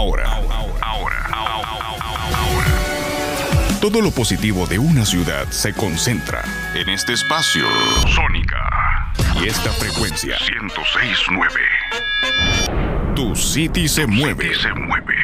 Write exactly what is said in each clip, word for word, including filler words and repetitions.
ahora, ahora, ahora, ahora. Todo lo positivo de una ciudad se concentra en este espacio Sónica. Y esta frecuencia ciento seis punto nueve. Tu City se mueve. Tu City se mueve.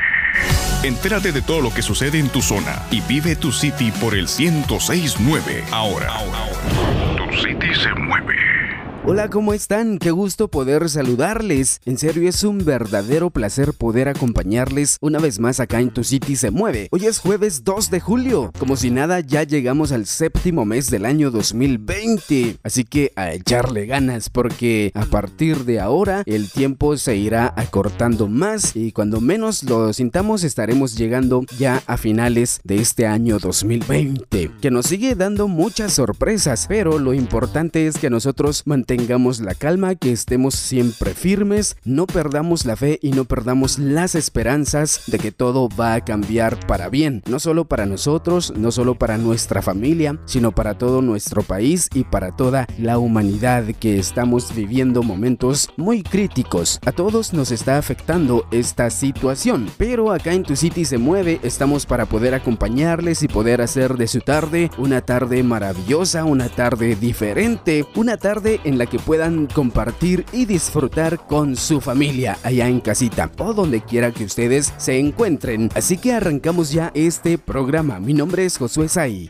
Entérate de todo lo que sucede en tu zona y vive tu City por el ciento seis punto nueve. Ahora, ahora. Tu City se mueve. Hola, ¿cómo están? Qué gusto poder saludarles. En serio, es un verdadero placer poder acompañarles una vez más acá en Tu City se mueve. Hoy es jueves dos de julio. Como si nada, ya llegamos al séptimo mes del año dos mil veinte. Así que a echarle ganas, porque a partir de ahora el tiempo se irá acortando más y cuando menos lo sintamos estaremos llegando ya a finales de este año dos mil veinte, que nos sigue dando muchas sorpresas, pero lo importante es que nosotros mantengamos Tengamos la calma, que estemos siempre firmes, no perdamos la fe y no perdamos las esperanzas de que todo va a cambiar para bien, no solo para nosotros, no solo para nuestra familia, sino para todo nuestro país y para toda la humanidad, que estamos viviendo momentos muy críticos. A todos nos está afectando esta situación, pero acá en Tu City se mueve estamos para poder acompañarles y poder hacer de su tarde una tarde maravillosa, una tarde diferente, una tarde en la que puedan compartir y disfrutar con su familia allá en casita o donde quiera que ustedes se encuentren. Así que arrancamos ya este programa. Mi nombre es Josué Sai.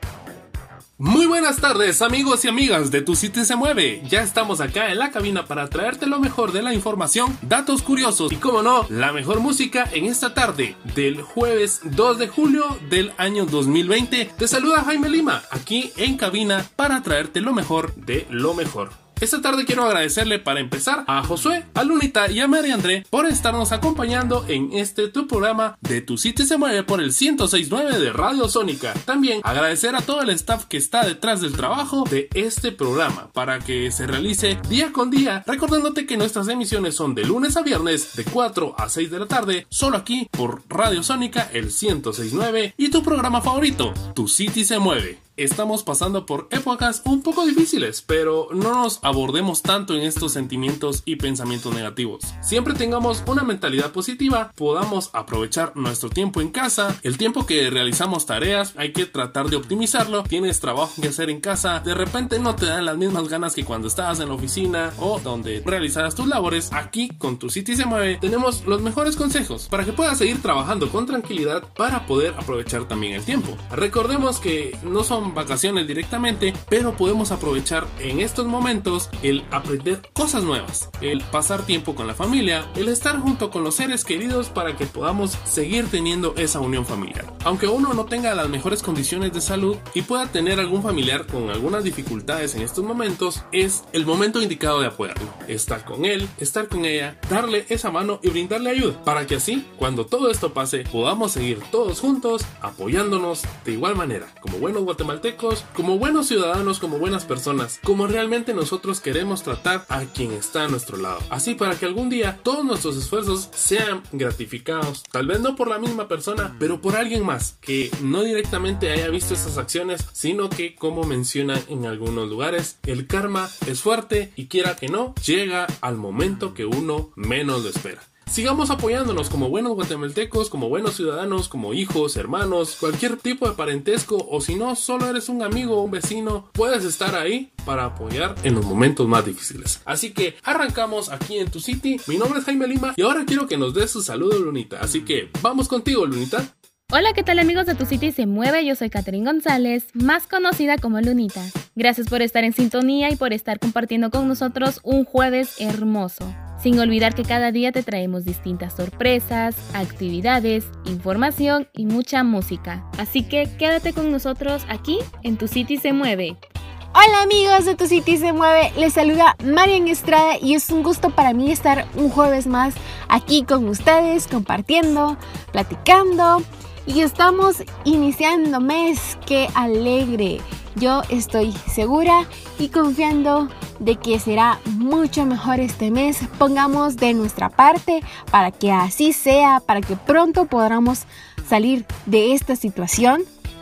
Muy buenas tardes, amigos y amigas de Tu City se mueve. Ya estamos acá en la cabina para traerte lo mejor de la información, datos curiosos y, como no, la mejor música en esta tarde del jueves dos de julio del año dos mil veinte. Te saluda Jaime Lima, aquí en cabina para traerte lo mejor de lo mejor. Esta tarde quiero agradecerle para empezar a Josué, a Lunita y a María André por estarnos acompañando en este tu programa de Tu City se mueve por el ciento seis punto nueve de Radio Sónica. También agradecer a todo el staff que está detrás del trabajo de este programa para que se realice día con día, recordándote que nuestras emisiones son de lunes a viernes de cuatro a seis de la tarde, solo aquí por Radio Sónica el ciento seis punto nueve y tu programa favorito, Tu City se mueve. Estamos pasando por épocas un poco difíciles, pero no nos abordemos tanto en estos sentimientos y pensamientos negativos. Siempre tengamos una mentalidad positiva, podamos aprovechar nuestro tiempo en casa, el tiempo que realizamos tareas, hay que tratar de optimizarlo. Tienes trabajo que hacer en casa, de repente no te dan las mismas ganas que cuando estabas en la oficina o donde realizabas tus labores. Aquí con Tu City se mueve tenemos los mejores consejos para que puedas seguir trabajando con tranquilidad para poder aprovechar también el tiempo. Recordemos que no son vacaciones directamente, pero podemos aprovechar en estos momentos el aprender cosas nuevas, el pasar tiempo con la familia, el estar junto con los seres queridos para que podamos seguir teniendo esa unión familiar. Aunque uno no tenga las mejores condiciones de salud y pueda tener algún familiar con algunas dificultades en estos momentos, es el momento indicado de apoyarlo, estar con él, estar con ella, darle esa mano y brindarle ayuda, para que así, cuando todo esto pase, podamos seguir todos juntos apoyándonos de igual manera, como buenos guatemaltecos, como buenos ciudadanos, como buenas personas, como realmente nosotros queremos tratar a quien está a nuestro lado. Así, para que algún día todos nuestros esfuerzos sean gratificados, tal vez no por la misma persona, pero por alguien más que no directamente haya visto esas acciones, sino que, como mencionan en algunos lugares, el karma es fuerte y, quiera que no, llega al momento que uno menos lo espera. Sigamos apoyándonos como buenos guatemaltecos, como buenos ciudadanos, como hijos, hermanos, cualquier tipo de parentesco, o si no, solo eres un amigo o un vecino, puedes estar ahí para apoyar en los momentos más difíciles. Así que arrancamos aquí en Tu City. Mi nombre es Jaime Lima y ahora quiero que nos des su saludo, Lunita. Así que vamos contigo, Lunita. Hola, ¿qué tal, amigos de Tu City se mueve? Yo soy Catherine González, más conocida como Lunita. Gracias por estar en sintonía y por estar compartiendo con nosotros un jueves hermoso. Sin olvidar que cada día te traemos distintas sorpresas, actividades, información y mucha música. Así que quédate con nosotros aquí en Tu City se mueve. Hola, amigos de Tu City se mueve, les saluda Marian Estrada y es un gusto para mí estar un jueves más aquí con ustedes, compartiendo, platicando, y estamos iniciando mes. ¡Qué alegre! Yo estoy segura y confiando de que será mucho mejor este mes. Pongamos de nuestra parte para que así sea, para que pronto podamos salir de esta situación.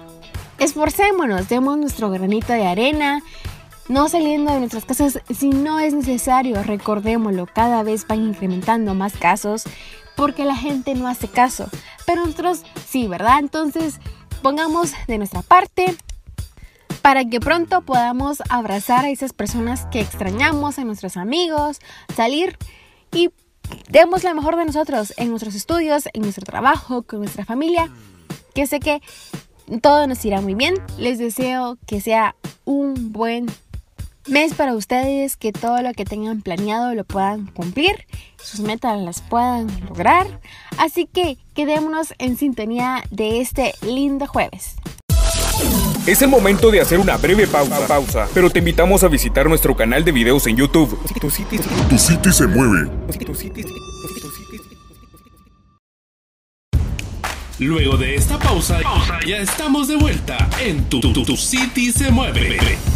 Esforcémonos, demos nuestro granito de arena, no saliendo de nuestras casas si no es necesario. Recordémoslo, cada vez van incrementando más casos, porque la gente no hace caso. Pero nosotros sí, ¿verdad? Entonces pongamos de nuestra parte para que pronto podamos abrazar a esas personas que extrañamos, a nuestros amigos, salir y demos lo mejor de nosotros en nuestros estudios, en nuestro trabajo, con nuestra familia, que sé que todo nos irá muy bien. Les deseo que sea un buen mes para ustedes, que todo lo que tengan planeado lo puedan cumplir, sus metas las puedan lograr. Así que quedémonos en sintonía de este lindo jueves. Es el momento de hacer una breve pausa, pausa, pero te invitamos a visitar nuestro canal de videos en YouTube. Tu City, tu City se mueve. Luego de esta pausa, pausa, ya estamos de vuelta en Tu, tu, tu City se mueve.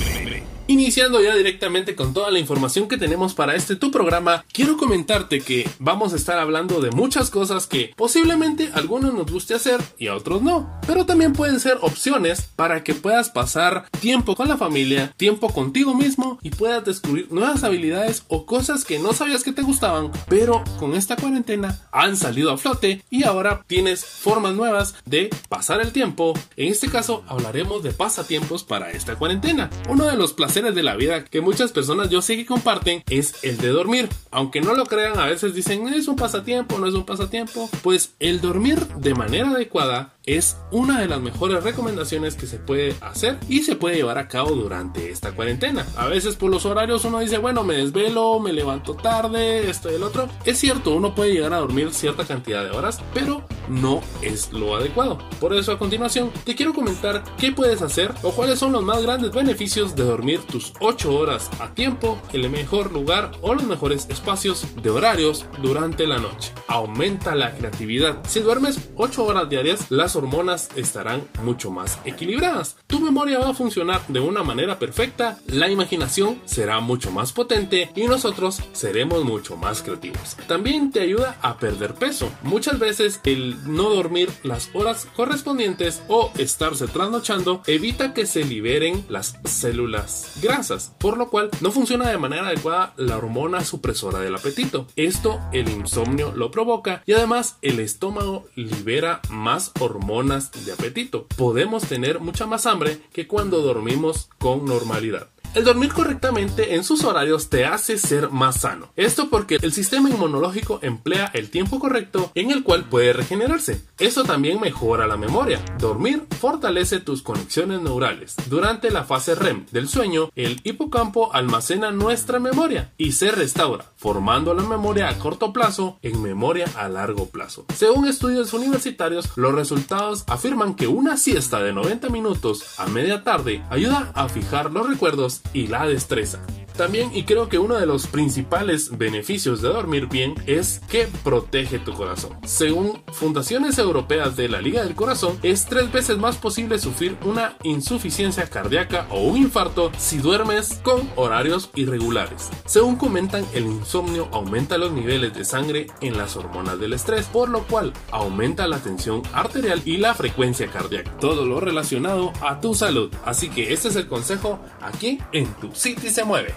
Iniciando ya directamente con toda la información que tenemos para este tu programa, quiero comentarte que vamos a estar hablando de muchas cosas que posiblemente a algunos nos guste hacer y a otros no, pero también pueden ser opciones para que puedas pasar tiempo con la familia, tiempo contigo mismo y puedas descubrir nuevas habilidades o cosas que no sabías que te gustaban, pero con esta cuarentena han salido a flote y ahora tienes formas nuevas de pasar el tiempo. En este caso hablaremos de pasatiempos para esta cuarentena. Uno de los placeres de la vida que muchas personas yo sé que comparten es el de dormir. Aunque no lo crean, a veces dicen es un pasatiempo, no es un pasatiempo. Pues el dormir de manera adecuada es una de las mejores recomendaciones que se puede hacer y se puede llevar a cabo durante esta cuarentena. A veces por los horarios uno dice, bueno, me desvelo, me levanto tarde, esto y el otro. Es cierto, uno puede llegar a dormir cierta cantidad de horas, pero no es lo adecuado. Por eso a continuación te quiero comentar qué puedes hacer o cuáles son los más grandes beneficios de dormir tus ocho horas a tiempo en el mejor lugar o los mejores espacios de horarios durante la noche. Aumenta la creatividad. Si duermes ocho horas diarias, las hormonas estarán mucho más equilibradas. Tu memoria va a funcionar de una manera perfecta, la imaginación será mucho más potente y nosotros seremos mucho más creativos. También te ayuda a perder peso. Muchas veces el no dormir las horas correspondientes o estarse trasnochando evita que se liberen las células grasas, por lo cual no funciona de manera adecuada la hormona supresora del apetito. Esto el insomnio lo provoca y además el estómago libera más hormonas de apetito. Podemos tener mucha más hambre que cuando dormimos con normalidad. El dormir correctamente en sus horarios te hace ser más sano. Esto porque el sistema inmunológico emplea el tiempo correcto en el cual puede regenerarse. Eso también mejora la memoria. Dormir fortalece tus conexiones neurales. Durante la fase R E M del sueño, el hipocampo almacena nuestra memoria y se restaura, formando la memoria a corto plazo en memoria a largo plazo. Según estudios universitarios, los resultados afirman que una siesta de noventa minutos a media tarde ayuda a fijar los recuerdos y la destreza. También, y creo que uno de los principales beneficios de dormir bien es que protege tu corazón. Según fundaciones europeas de la Liga del Corazón, es tres veces más posible sufrir una insuficiencia cardíaca o un infarto si duermes con horarios irregulares. Según comentan, el insomnio aumenta los niveles de sangre en las hormonas del estrés, por lo cual aumenta la tensión arterial y la frecuencia cardíaca. Todo lo relacionado a tu salud. Así que este es el consejo aquí en Tu City se mueve.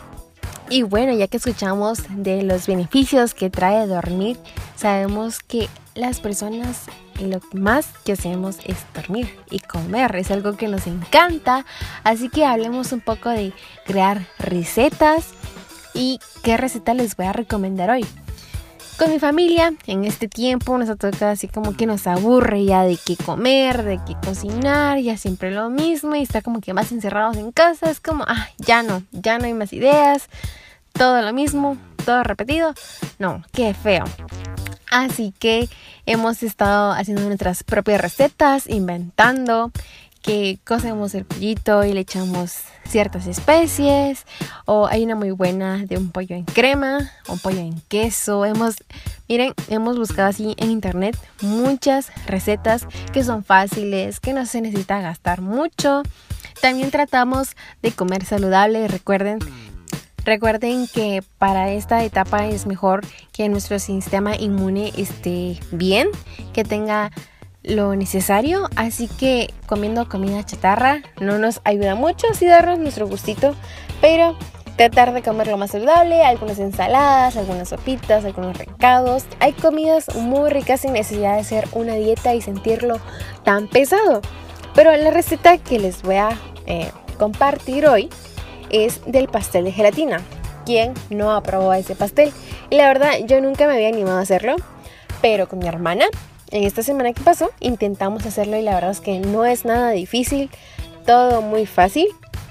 Y bueno, ya que escuchamos de los beneficios que trae dormir, sabemos que las personas lo más que hacemos es dormir y comer, es algo que nos encanta, así que hablemos un poco de crear recetas y qué receta les voy a recomendar hoy. Con mi familia, en este tiempo, nos toca así como que nos aburre ya de qué comer, de qué cocinar, ya siempre lo mismo y está como que más encerrados en casa, es como, ah, ya no, ya no hay más ideas, todo lo mismo, todo repetido, no, qué feo. Así que hemos estado haciendo nuestras propias recetas, inventando que cocemos el pollito y le echamos ciertas especies, o hay una muy buena de un pollo en crema, un pollo en queso. Hemos, miren, hemos buscado así en internet muchas recetas que son fáciles, que no se necesita gastar mucho. También tratamos de comer saludable. Recuerden, recuerden que para esta etapa es mejor que nuestro sistema inmune esté bien, que tenga lo necesario, así que comiendo comida chatarra no nos ayuda mucho, sí darnos nuestro gustito, pero tratar de comer lo más saludable, algunas ensaladas, algunas sopitas, algunos recados. Hay comidas muy ricas sin necesidad de hacer una dieta y sentirlo tan pesado. Pero la receta que les voy a eh, compartir hoy es del pastel de gelatina. ¿Quién no ha probado ese pastel? Y la verdad, yo nunca me había animado a hacerlo, pero con mi hermana, en esta semana que pasó, intentamos hacerlo y la verdad es que no es nada difícil, todo muy fácil.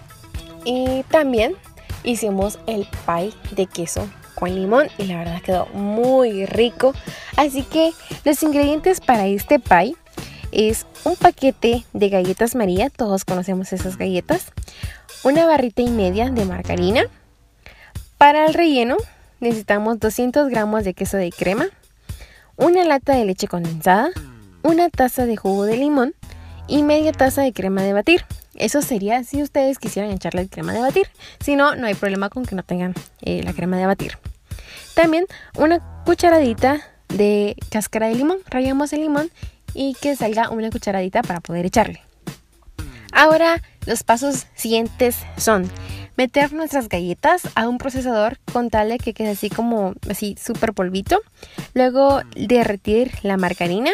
Y también hicimos el pie de queso con limón y la verdad quedó muy rico. Así que los ingredientes para este pie es un paquete de galletas María, todos conocemos esas galletas, una barrita y media de margarina. Para el relleno necesitamos doscientos gramos de queso de crema, una lata de leche condensada, una taza de jugo de limón y media taza de crema de batir. Eso sería si ustedes quisieran echarle crema de batir. Si no, no hay problema con que no tengan eh, la crema de batir. También una cucharadita de cáscara de limón. Rallamos el limón y que salga una cucharadita para poder echarle. Ahora los pasos siguientes son meter nuestras galletas a un procesador con tal de que quede así como así súper polvito. Luego derretir la margarina.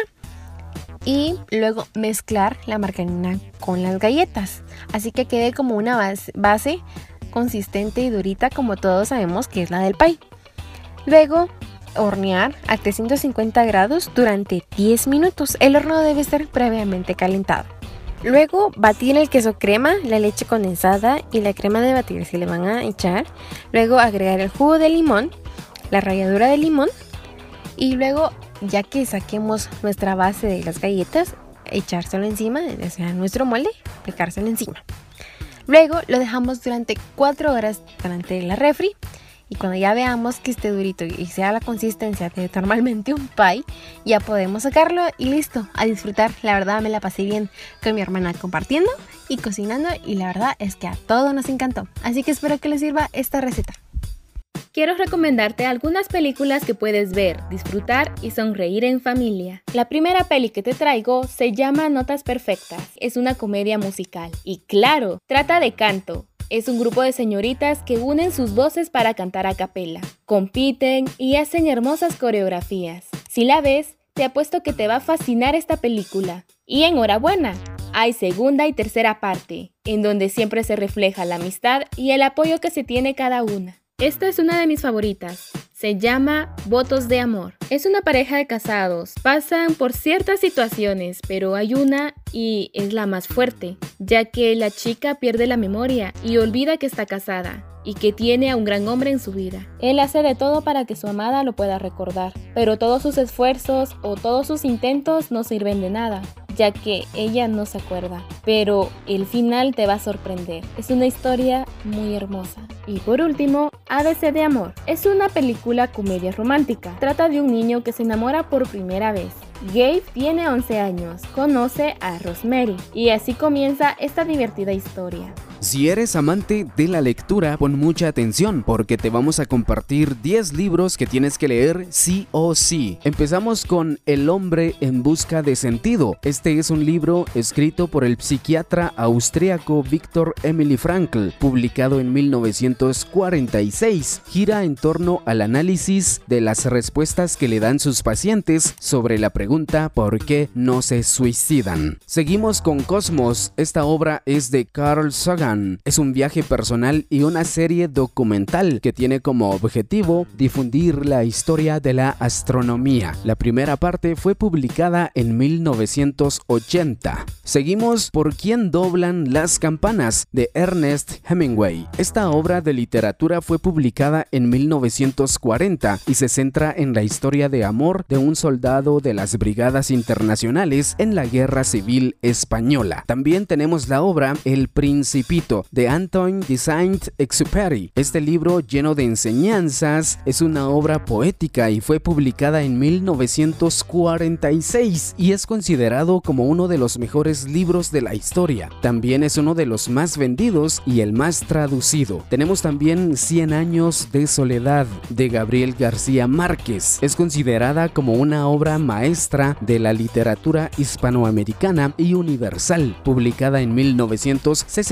Y luego mezclar la margarina con las galletas. Así que quede como una base, base consistente y durita como todos sabemos que es la del pie. Luego hornear a trescientos cincuenta grados durante diez minutos. El horno debe estar previamente calentado. Luego batir el queso crema, la leche condensada y la crema de batir se le van a echar. Luego agregar el jugo de limón, la ralladura de limón y luego, ya que saquemos nuestra base de las galletas, echárselo encima, o sea, nuestro molde, aplicárselo encima. Luego lo dejamos durante cuatro horas durante la refri y cuando ya veamos que esté durito y sea la consistencia de normalmente un pie, ya podemos sacarlo y listo, a disfrutar. La verdad me la pasé bien con mi hermana compartiendo y cocinando y la verdad es que a todos nos encantó. Así que espero que les sirva esta receta. Quiero recomendarte algunas películas que puedes ver, disfrutar y sonreír en familia. La primera peli que te traigo se llama Notas Perfectas. Es una comedia musical y claro, trata de canto. Es un grupo de señoritas que unen sus voces para cantar a capela. Compiten y hacen hermosas coreografías. Si la ves, te apuesto que te va a fascinar esta película. Y enhorabuena, hay segunda y tercera parte, en donde siempre se refleja la amistad y el apoyo que se tiene cada una. Esta es una de mis favoritas. Se llama Votos de Amor. Es una pareja de casados. Pasan por ciertas situaciones, pero hay una y es la más fuerte, ya que la chica pierde la memoria y olvida que está casada y que tiene a un gran hombre en su vida. Él hace de todo para que su amada lo pueda recordar, pero todos sus esfuerzos o todos sus intentos no sirven de nada, ya que ella no se acuerda. Pero el final te va a sorprender. Es una historia muy hermosa. Y por último, A B C de Amor. Es una película comedia romántica. Trata de un niño que se enamora por primera vez. Gabe tiene once años, conoce a Rosemary y así comienza esta divertida historia. Si eres amante de la lectura, pon mucha atención porque te vamos a compartir diez libros que tienes que leer sí o sí. Empezamos con El hombre en busca de sentido. Este es un libro escrito por el psiquiatra austríaco Viktor Emil Frankl, publicado en mil novecientos cuarenta y seis. Gira en torno al análisis de las respuestas que le dan sus pacientes sobre la pregunta ¿por qué no se suicidan? Seguimos con Cosmos. Esta obra es de Carl Sagan. Es un viaje personal y una serie documental que tiene como objetivo difundir la historia de la astronomía. La primera parte fue publicada en mil novecientos ochenta. Seguimos por ¿Quién doblan las campanas? De Ernest Hemingway. Esta obra de literatura fue publicada en mil novecientos cuarenta y se centra en la historia de amor de un soldado de las Brigadas Internacionales en la Guerra Civil Española. También tenemos la obra El Principito de Antoine de Saint-Exupéry. Este libro, lleno de enseñanzas, es una obra poética y fue publicada en mil novecientos cuarenta y seis y es considerado como uno de los mejores libros de la historia. También es uno de los más vendidos y el más traducido. Tenemos también Cien años de soledad de Gabriel García Márquez. Es considerada como una obra maestra de la literatura hispanoamericana y universal, publicada en mil novecientos sesenta y siete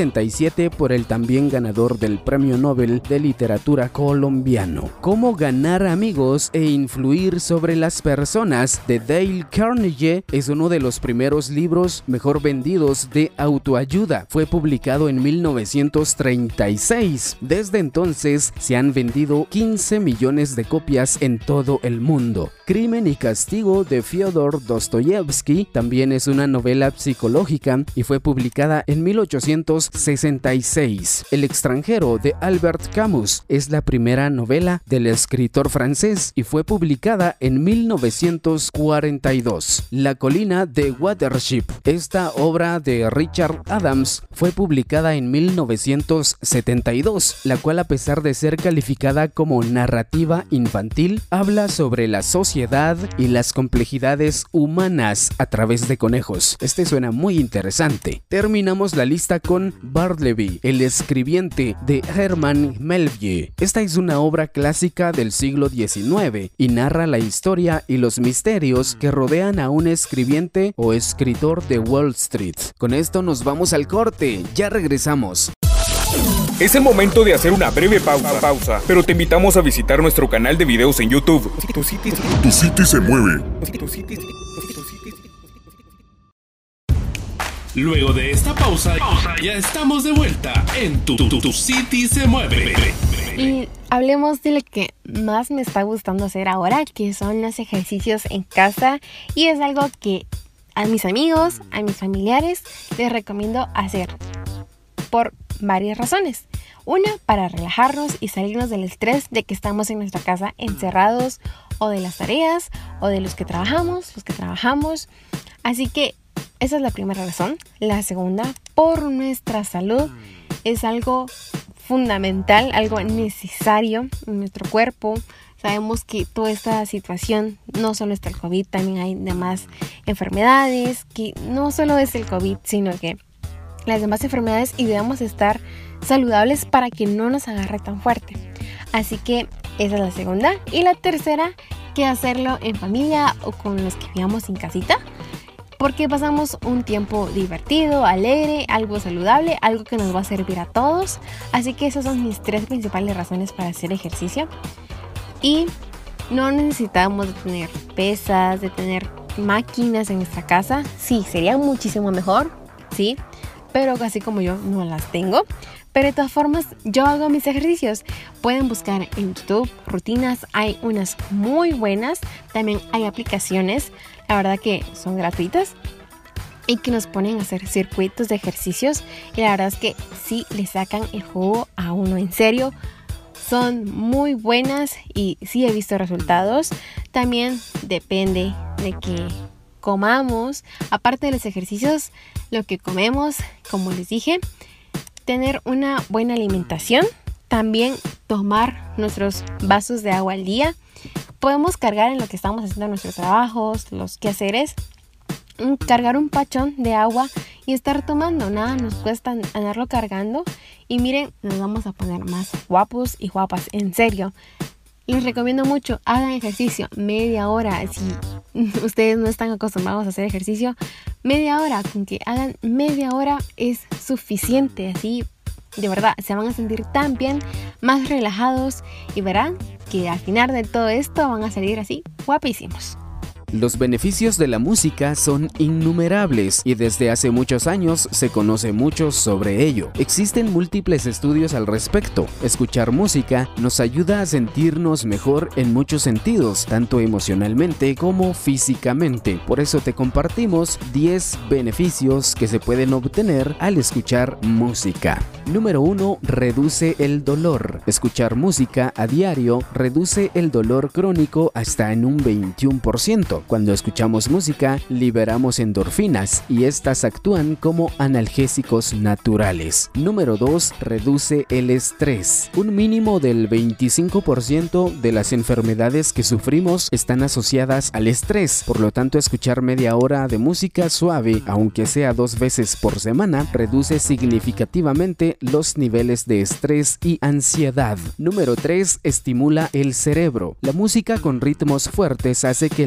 diecisiete por el también ganador del Premio Nobel de Literatura colombiano. Cómo ganar amigos e influir sobre las personas de Dale Carnegie es uno de los primeros libros mejor vendidos de autoayuda. Fue publicado en mil novecientos treinta y seis. Desde entonces se han vendido quince millones de copias en todo el mundo. Crimen y Castigo de Fyodor Dostoyevsky también es una novela psicológica y fue publicada en mil ochocientos sesenta y seis. El extranjero de Albert Camus es la primera novela del escritor francés y fue publicada en mil novecientos cuarenta y dos. La colina de Watership. Esta obra de Richard Adams fue publicada en mil novecientos setenta y dos, la cual, a pesar de ser calificada como narrativa infantil, habla sobre la sociedad y las complejidades humanas a través de conejos. Este suena muy interesante. Terminamos la lista con Bartleby, el escribiente de Herman Melville. Esta es una obra clásica del siglo diecinueve y narra la historia y los misterios que rodean a un escribiente o escritor de Wall Street. Con esto nos vamos al corte, ya regresamos. Es el momento de hacer una breve pausa, pausa, pero te invitamos a visitar nuestro canal de videos en YouTube. Tu City, tu City se mueve. Luego de esta pausa, pausa, ya estamos de vuelta en Tu, tu, tu City se mueve. Y hablemos de lo que más me está gustando hacer ahora, que son los ejercicios en casa. Y es algo que a mis amigos, a mis familiares, les recomiendo hacer por varias razones. Una, para relajarnos y salirnos del estrés de que estamos en nuestra casa encerrados, o de las tareas, o de los que trabajamos, los que trabajamos. Así que esa es la primera razón. La segunda, por nuestra salud. Es algo fundamental, algo necesario en nuestro cuerpo. Sabemos que toda esta situación, no solo está el COVID, también hay demás enfermedades, que no solo es el COVID, sino que las demás enfermedades, y debemos estar saludables para que no nos agarre tan fuerte. Así que esa es la segunda. Y la tercera, que hacerlo en familia o con los que vivamos en casita, porque pasamos un tiempo divertido, alegre, algo saludable, algo que nos va a servir a todos. Así que esas son mis tres principales razones para hacer ejercicio. Y no necesitamos de tener pesas, de tener máquinas en nuestra casa. Sí, sería muchísimo mejor, sí, pero así como yo no las tengo. Pero de todas formas, yo hago mis ejercicios. Pueden buscar en YouTube rutinas, hay unas muy buenas. También hay aplicaciones, la verdad que son gratuitas, y que nos ponen a hacer circuitos de ejercicios. Y la verdad es que sí le sacan el jugo a uno, en serio. Son muy buenas y sí he visto resultados. También depende de que comamos. Aparte de los ejercicios, lo que comemos, como les dije, tener una buena alimentación, también tomar nuestros vasos de agua al día. Podemos cargar en lo que estamos haciendo nuestros trabajos, los quehaceres, cargar un pachón de agua y estar tomando. Nada nos cuesta andarlo cargando. Y miren, nos vamos a poner más guapos y guapas, en serio. Les recomiendo mucho, hagan ejercicio media hora. Si ustedes no están acostumbrados a hacer ejercicio, media hora, con que hagan media hora es suficiente. Así, de verdad, se van a sentir tan bien, más relajados, y verán que al final de todo esto van a salir así guapísimos. Los beneficios de la música son innumerables y desde hace muchos años se conoce mucho sobre ello. Existen múltiples estudios al respecto. Escuchar música nos ayuda a sentirnos mejor en muchos sentidos, tanto emocionalmente como físicamente. Por eso te compartimos diez beneficios que se pueden obtener al escuchar música. Número uno. Reduce el dolor. Escuchar música a diario reduce el dolor crónico hasta en un veintiuno por ciento. Cuando escuchamos música, liberamos endorfinas y estas actúan como analgésicos naturales. Número dos. Reduce el estrés. Un mínimo del veinticinco por ciento de las enfermedades que sufrimos están asociadas al estrés. Por lo tanto, escuchar media hora de música suave, aunque sea dos veces por semana, reduce significativamente los niveles de estrés y ansiedad. Número tres. Estimula el cerebro. La música con ritmos fuertes hace que la conciencia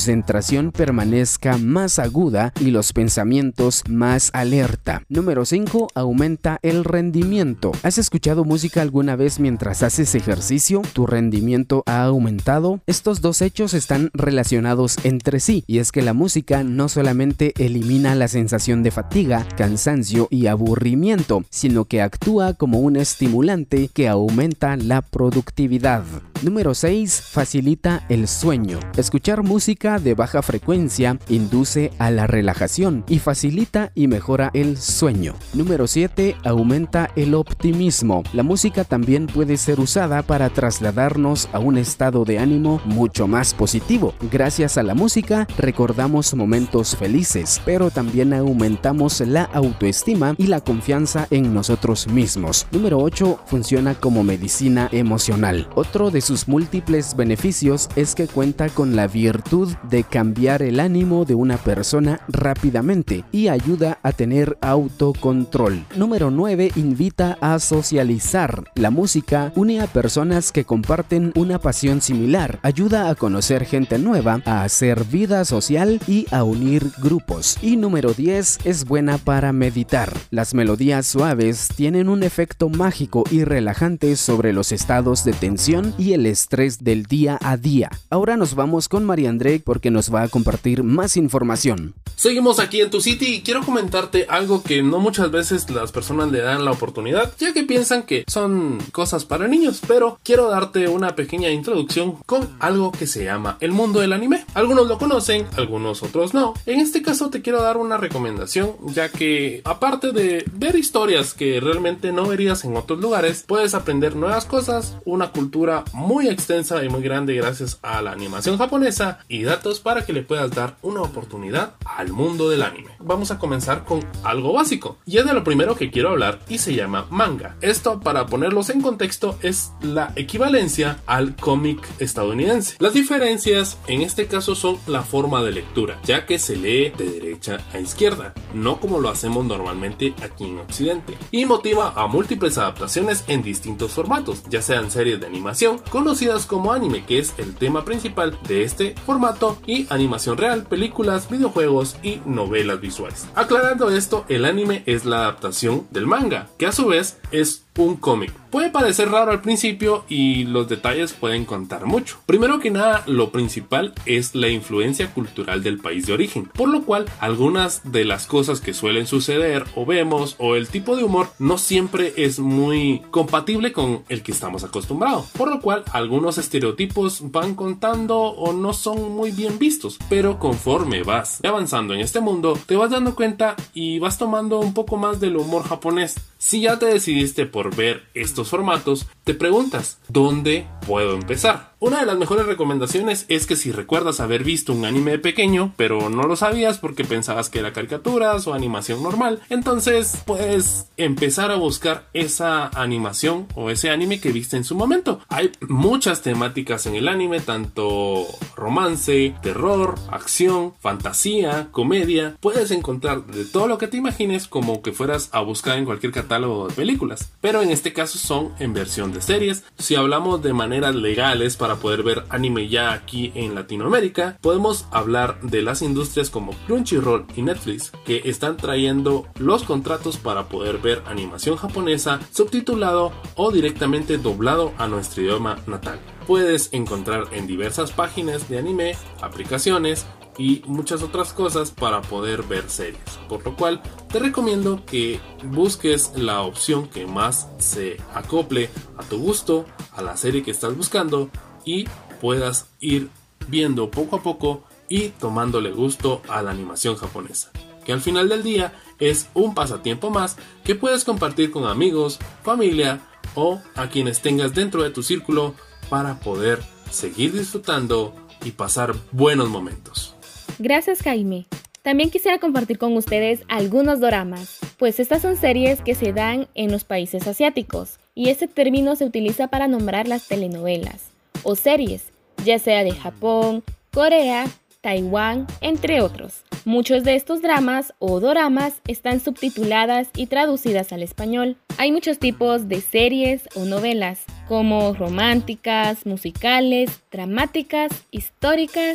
concentración permanezca más aguda y los pensamientos más alerta. Número cinco. Aumenta el rendimiento. ¿Has escuchado música alguna vez mientras haces ejercicio? ¿Tu rendimiento ha aumentado? Estos dos hechos están relacionados entre sí, y es que la música no solamente elimina la sensación de fatiga, cansancio y aburrimiento, sino que actúa como un estimulante que aumenta la productividad. Número seis. Facilita el sueño. Escuchar música de baja frecuencia induce a la relajación y facilita y mejora el sueño. Número siete. Aumenta el optimismo. La música también puede ser usada para trasladarnos a un estado de ánimo mucho más positivo. Gracias a la música recordamos momentos felices, pero también aumentamos la autoestima y la confianza en nosotros mismos. Número ocho. Funciona como medicina emocional. Otro de sus múltiples beneficios es que cuenta con la virtud de cambiar el ánimo de una persona rápidamente y ayuda a tener autocontrol. Número nueve. Invita a socializar. La música une a personas que comparten una pasión similar, ayuda a conocer gente nueva, a hacer vida social y a unir grupos. Y número diez. Es buena para meditar. Las melodías suaves tienen un efecto mágico y relajante sobre los estados de tensión y el estrés del día a día. Ahora nos vamos con María André porque nos va a compartir más información. Seguimos aquí en Tu City y quiero comentarte algo que no muchas veces las personas le dan la oportunidad, ya que piensan que son cosas para niños, pero quiero darte una pequeña introducción con algo que se llama el mundo del anime. Algunos lo conocen, algunos otros no. En este caso te quiero dar una recomendación, ya que aparte de ver historias que realmente no verías en otros lugares, puedes aprender nuevas cosas, una cultura muy extensa y muy grande gracias a la animación japonesa y datos para que le puedas dar una oportunidad al mundo del anime. Vamos a comenzar con algo básico y es de lo primero que quiero hablar y se llama manga. Esto, para ponerlos en contexto, es la equivalencia al cómic estadounidense. Las diferencias en este caso son la forma de lectura, ya que se lee de derecha a izquierda, no como lo hacemos normalmente aquí en Occidente, y motiva a múltiples adaptaciones en distintos formatos, ya sean series de animación conocidas como anime, que es el tema principal de este formato, y animación real, películas, videojuegos y novelas visuales. Aclarando esto, el anime es la adaptación del manga, que a su vez es un cómic. Puede parecer raro al principio y los detalles pueden contar mucho. Primero que nada, lo principal es la influencia cultural del país de origen, por lo cual algunas de las cosas que suelen suceder o vemos o el tipo de humor no siempre es muy compatible con el que estamos acostumbrados, por lo cual algunos estereotipos van contando o no son muy bien vistos, pero conforme vas avanzando en este mundo te vas dando cuenta y vas tomando un poco más del humor japonés. Si ya te decidiste por ver estos formatos, te preguntas, ¿dónde puedo empezar? Una de las mejores recomendaciones es que si recuerdas haber visto un anime de pequeño, pero no lo sabías porque pensabas que era caricaturas o animación normal, entonces puedes empezar a buscar esa animación o ese anime que viste en su momento. Hay muchas temáticas en el anime, tanto romance, terror, acción, fantasía, comedia. Puedes encontrar de todo lo que te imagines, como que fueras a buscar en cualquier catálogo de películas, pero en este caso son en versión de series. Si hablamos de maneras legales para poder ver anime ya aquí en Latinoamérica, podemos hablar de las industrias como Crunchyroll y Netflix, que están trayendo los contratos para poder ver animación japonesa subtitulado o directamente doblado a nuestro idioma natal. Puedes encontrar en diversas páginas de anime, aplicaciones y muchas otras cosas para poder ver series, por lo cual te recomiendo que busques la opción que más se acople a tu gusto, a la serie que estás buscando, y puedas ir viendo poco a poco y tomándole gusto a la animación japonesa, que al final del día es un pasatiempo más que puedes compartir con amigos, familia o a quienes tengas dentro de tu círculo para poder seguir disfrutando y pasar buenos momentos. Gracias, Jaime. También quisiera compartir con ustedes algunos doramas, pues estas son series que se dan en los países asiáticos y este término se utiliza para nombrar las telenovelas o series, ya sea de Japón, Corea, Taiwán, entre otros. Muchos de estos dramas o doramas están subtituladas y traducidas al español. Hay muchos tipos de series o novelas, como románticas, musicales, dramáticas, históricas,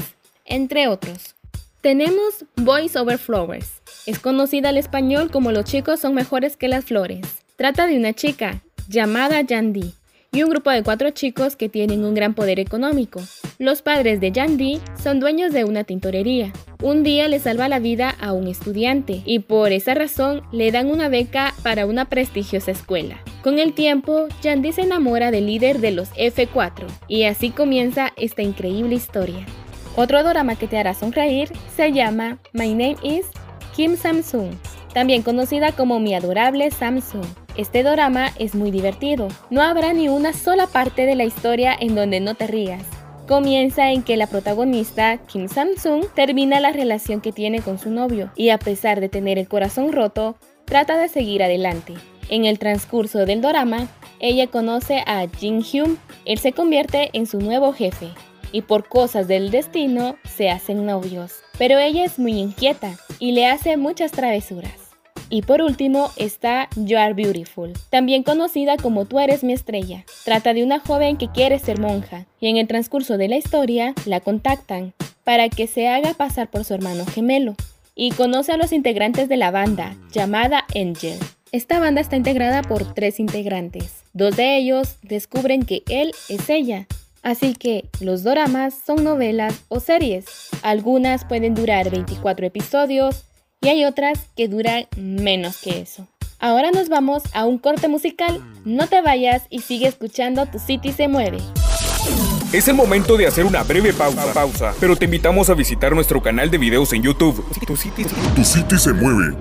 entre otros. Tenemos Boys Over Flowers. Es conocida al español como Los chicos son mejores que las flores. Trata de una chica llamada Yandy y un grupo de cuatro chicos que tienen un gran poder económico. Los padres de Yandy son dueños de una tintorería. Un día le salva la vida a un estudiante y por esa razón le dan una beca para una prestigiosa escuela. Con el tiempo, Yandy se enamora del líder de los F cuatro y así comienza esta increíble historia. Otro dorama que te hará sonreír se llama My Name is Kim Samsung, también conocida como Mi Adorable Samsung. Este dorama es muy divertido. No habrá ni una sola parte de la historia en donde no te rías. Comienza en que la protagonista, Kim Samsung, termina la relación que tiene con su novio y a pesar de tener el corazón roto, trata de seguir adelante. En el transcurso del dorama, ella conoce a Jin Hyun. Él se convierte en su nuevo jefe y por cosas del destino se hacen novios. Pero ella es muy inquieta y le hace muchas travesuras. Y por último está You Are Beautiful, también conocida como Tú eres mi estrella. Trata de una joven que quiere ser monja y en el transcurso de la historia la contactan para que se haga pasar por su hermano gemelo y conoce a los integrantes de la banda llamada Angel. Esta banda está integrada por tres integrantes. Dos de ellos descubren que él es ella. Así que los doramas son novelas o series. Algunas pueden durar veinticuatro episodios y hay otras que duran menos que eso. Ahora nos vamos a un corte musical. No te vayas y sigue escuchando Tu City se mueve. Es el momento de hacer una breve pausa, pausa, pero te invitamos a visitar nuestro canal de videos en YouTube. Tu City, tu City se mueve.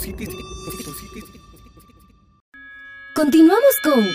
Continuamos con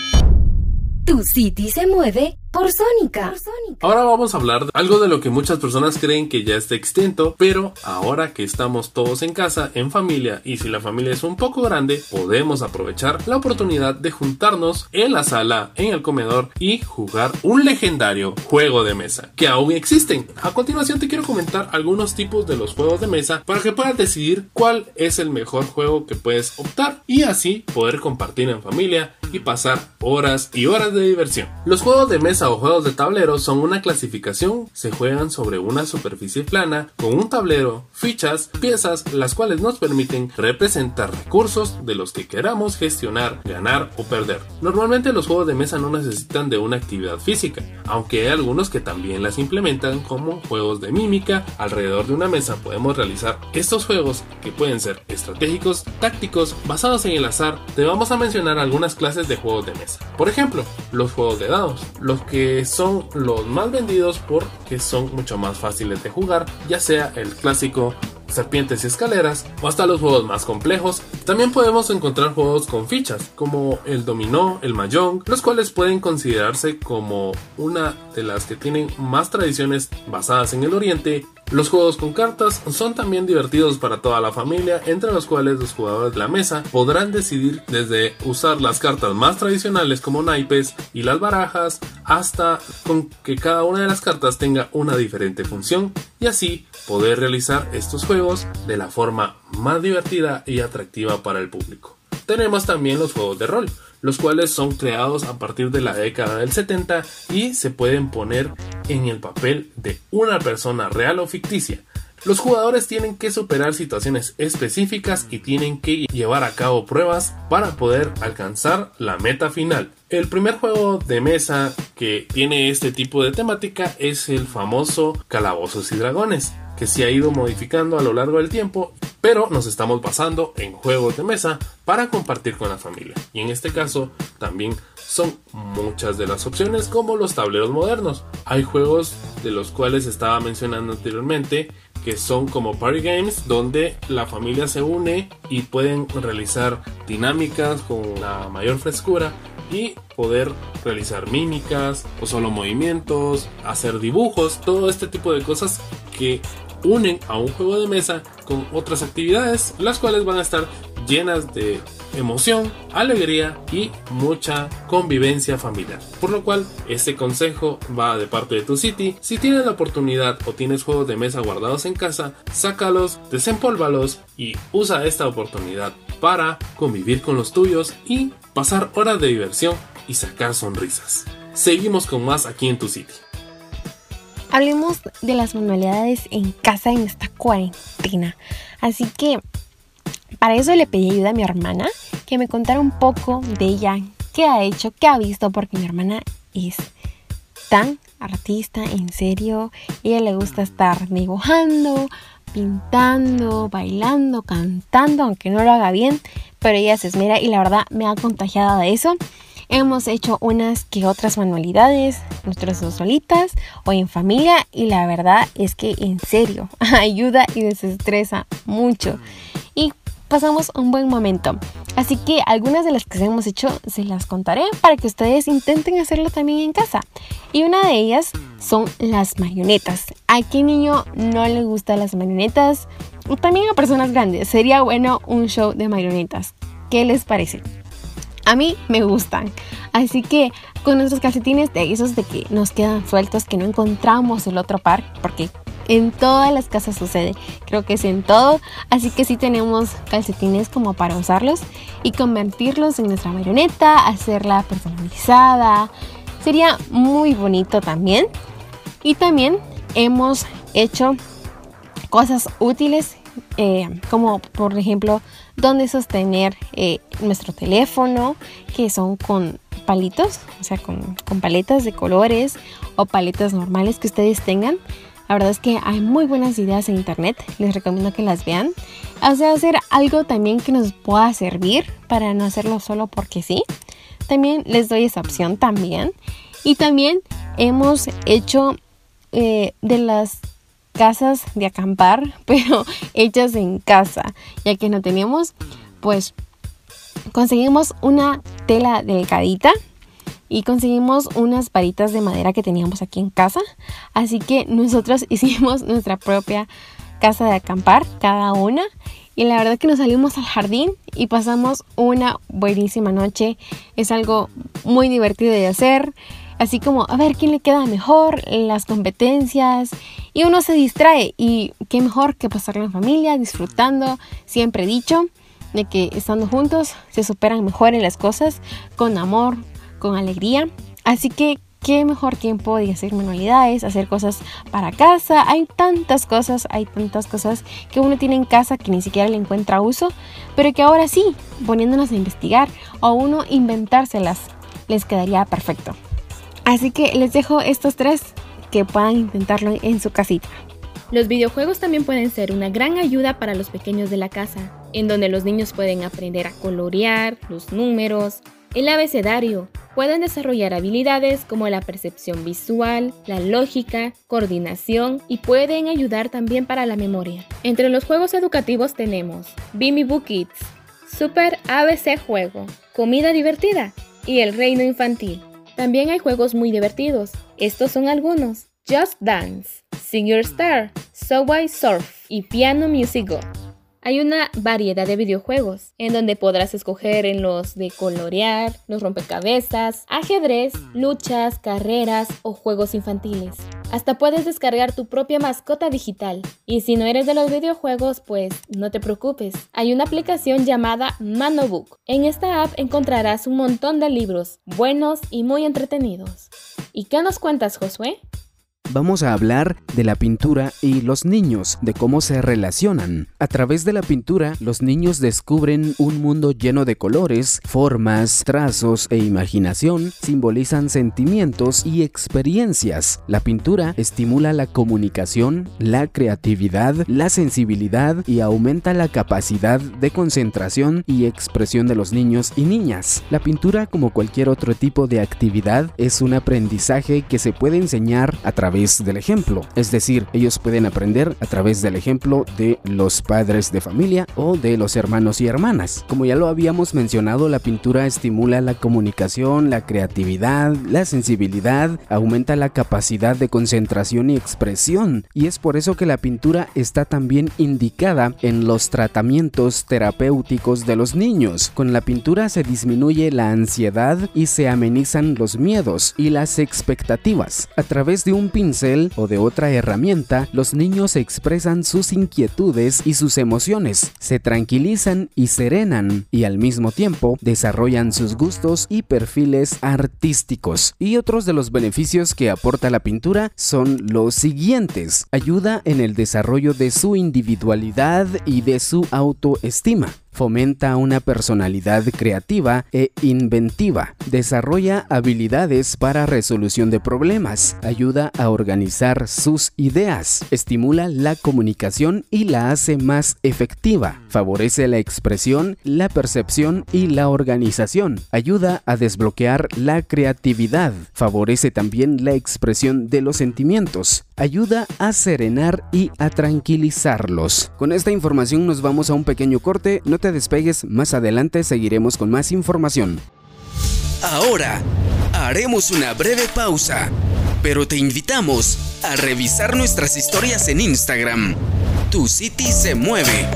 Tu City se mueve por Sónica. Ahora vamos a hablar de algo de lo que muchas personas creen que ya está extinto, pero ahora que estamos todos en casa, en familia, y si la familia es un poco grande, podemos aprovechar la oportunidad de juntarnos en la sala, en el comedor y jugar un legendario juego de mesa, que aún existen. A continuación te quiero comentar algunos tipos de los juegos de mesa para que puedas decidir cuál es el mejor juego que puedes optar y así poder compartir en familia y pasar horas y horas de diversión. Los juegos de mesa o juegos de tablero son una clasificación, se juegan sobre una superficie plana con un tablero, fichas, piezas, las cuales nos permiten representar recursos de los que queramos gestionar, ganar o perder. Normalmente los juegos de mesa no necesitan de una actividad física, aunque hay algunos que también las implementan como juegos de mímica. Alrededor de una mesa podemos realizar estos juegos que pueden ser estratégicos, tácticos, basados en el azar. Te vamos a mencionar algunas clases de juegos de mesa. Por ejemplo, los juegos de dados, los que son los más vendidos porque son mucho más fáciles de jugar, ya sea el clásico serpientes y escaleras o hasta los juegos más complejos. También podemos encontrar juegos con fichas como el dominó, el mahjong, los cuales pueden considerarse como una de las que tienen más tradiciones basadas en el oriente. Los juegos con cartas son también divertidos para toda la familia, entre los cuales los jugadores de la mesa podrán decidir desde usar las cartas más tradicionales como naipes y las barajas, hasta con que cada una de las cartas tenga una diferente función y así poder realizar estos juegos de la forma más divertida y atractiva para el público. Tenemos también los juegos de rol, los cuales son creados a partir de la década del setenta y se pueden poner en el papel de una persona real o ficticia. Los jugadores tienen que superar situaciones específicas y tienen que llevar a cabo pruebas para poder alcanzar la meta final. El primer juego de mesa que tiene este tipo de temática es el famoso Calabozos y Dragones, que se ha ido modificando a lo largo del tiempo, pero nos estamos basando en juegos de mesa para compartir con la familia. Y en este caso también son muchas de las opciones como los tableros modernos. Hay juegos de los cuales estaba mencionando anteriormente que son como party games, donde la familia se une y pueden realizar dinámicas con la mayor frescura y poder realizar mímicas o solo movimientos, hacer dibujos, todo este tipo de cosas que unen a un juego de mesa con otras actividades, las cuales van a estar llenas de emoción, alegría y mucha convivencia familiar. Por lo cual, este consejo va de parte de Tu City. Si tienes la oportunidad o tienes juegos de mesa guardados en casa, sácalos, desempólvalos y usa esta oportunidad para convivir con los tuyos y pasar horas de diversión y sacar sonrisas. Seguimos con más aquí en Tu City. hablemos de las manualidades en casa en esta cuarentena. Así que para eso le pedí ayuda a mi hermana, que me contara un poco de ella, qué ha hecho, qué ha visto, porque mi hermana es tan artista, en serio. A ella le gusta estar dibujando, pintando, bailando, cantando, aunque no lo haga bien, pero ella se esmera y la verdad me ha contagiado de eso. Hemos hecho unas que otras manualidades, nosotros dos solitas o en familia, y la verdad es que en serio ayuda y desestresa mucho y pasamos un buen momento. Así que algunas de las que hemos hecho se las contaré para que ustedes intenten hacerlo también en casa. Y una de ellas son las marionetas. ¿A qué niño no le gustan las marionetas? O también a personas grandes. Sería bueno un show de marionetas. ¿Qué les parece? A mí me gustan. Así que con nuestros calcetines, de esos de que nos quedan sueltos, que no encontramos el otro par, porque en todas las casas sucede, creo que es en todo, así que sí tenemos calcetines como para usarlos y convertirlos en nuestra marioneta, hacerla personalizada, sería muy bonito también. Y también hemos hecho cosas útiles, eh, como por ejemplo donde sostener eh, nuestro teléfono, que son con palitos, o sea con, con paletas de colores o paletas normales que ustedes tengan. La verdad es que hay muy buenas ideas en internet, les recomiendo que las vean. O sea, hacer algo también que nos pueda servir para no hacerlo solo porque sí. También les doy esa opción también. Y también hemos hecho eh, de las casas de acampar, pero hechas en casa, ya que no teníamos, pues conseguimos una tela delgadita y conseguimos unas varitas de madera que teníamos aquí en casa. Así que nosotros hicimos nuestra propia casa de acampar, cada una. Y la verdad que nos salimos al jardín y pasamos una buenísima noche. Es algo muy divertido de hacer. Así como a ver quién le queda mejor, las competencias. Y uno se distrae. Y qué mejor que pasarlo en familia, disfrutando. Siempre he dicho de que estando juntos se superan mejor en las cosas, con amor, con alegría. Así que qué mejor tiempo de hacer manualidades, hacer cosas para casa. Hay tantas cosas, hay tantas cosas que uno tiene en casa que ni siquiera le encuentra uso, pero que ahora sí, poniéndonos a investigar o uno inventárselas, les quedaría perfecto. Así que les dejo estos tres que puedan intentarlo en su casita. Los videojuegos también pueden ser una gran ayuda para los pequeños de la casa, en donde los niños pueden aprender a colorear, los números, el abecedario. Pueden desarrollar habilidades como la percepción visual, la lógica, coordinación y pueden ayudar también para la memoria. Entre los juegos educativos tenemos Bimmy Boo Kids, Super A B C Juego, Comida Divertida y El Reino Infantil. También hay juegos muy divertidos. Estos son algunos: Just Dance, Sing Your Star, Subway Surf y Piano Music Go. Hay una variedad de videojuegos en donde podrás escoger en los de colorear, los rompecabezas, ajedrez, luchas, carreras o juegos infantiles. Hasta puedes descargar tu propia mascota digital. Y si no eres de los videojuegos, pues no te preocupes. Hay una aplicación llamada Manobook. En esta app encontrarás un montón de libros buenos y muy entretenidos. ¿Y qué nos cuentas, Josué? Vamos a hablar de la pintura y los niños, de cómo se relacionan. A través de la pintura, los niños descubren un mundo lleno de colores, formas, trazos e imaginación, simbolizan sentimientos y experiencias. La pintura estimula la comunicación, la creatividad, la sensibilidad y aumenta la capacidad de concentración y expresión de los niños y niñas. La pintura, como cualquier otro tipo de actividad, es un aprendizaje que se puede enseñar a través del ejemplo, es decir, ellos pueden aprender a través del ejemplo de los padres de familia o de los hermanos y hermanas. Como ya lo habíamos mencionado, la pintura estimula la comunicación, la creatividad, la sensibilidad, aumenta la capacidad de concentración y expresión, y es por eso que la pintura está también indicada en los tratamientos terapéuticos de los niños. Con la pintura se disminuye la ansiedad y se amenizan los miedos y las expectativas. A través de un pintor pincel o de otra herramienta, los niños expresan sus inquietudes y sus emociones, se tranquilizan y serenan, y al mismo tiempo desarrollan sus gustos y perfiles artísticos. Y otros de los beneficios que aporta la pintura son los siguientes: ayuda en el desarrollo de su individualidad y de su autoestima. Fomenta una personalidad creativa e inventiva. Desarrolla habilidades para resolución de problemas. Ayuda a organizar sus ideas. Estimula la comunicación y la hace más efectiva. Favorece la expresión, la percepción y la organización. Ayuda a desbloquear la creatividad. Favorece también la expresión de los sentimientos. Ayuda a serenar y a tranquilizarlos. Con esta información nos vamos a un pequeño corte. No te despegues, más adelante seguiremos con más información. Ahora haremos una breve pausa, pero te invitamos a revisar nuestras historias en Instagram. Tu City se mueve.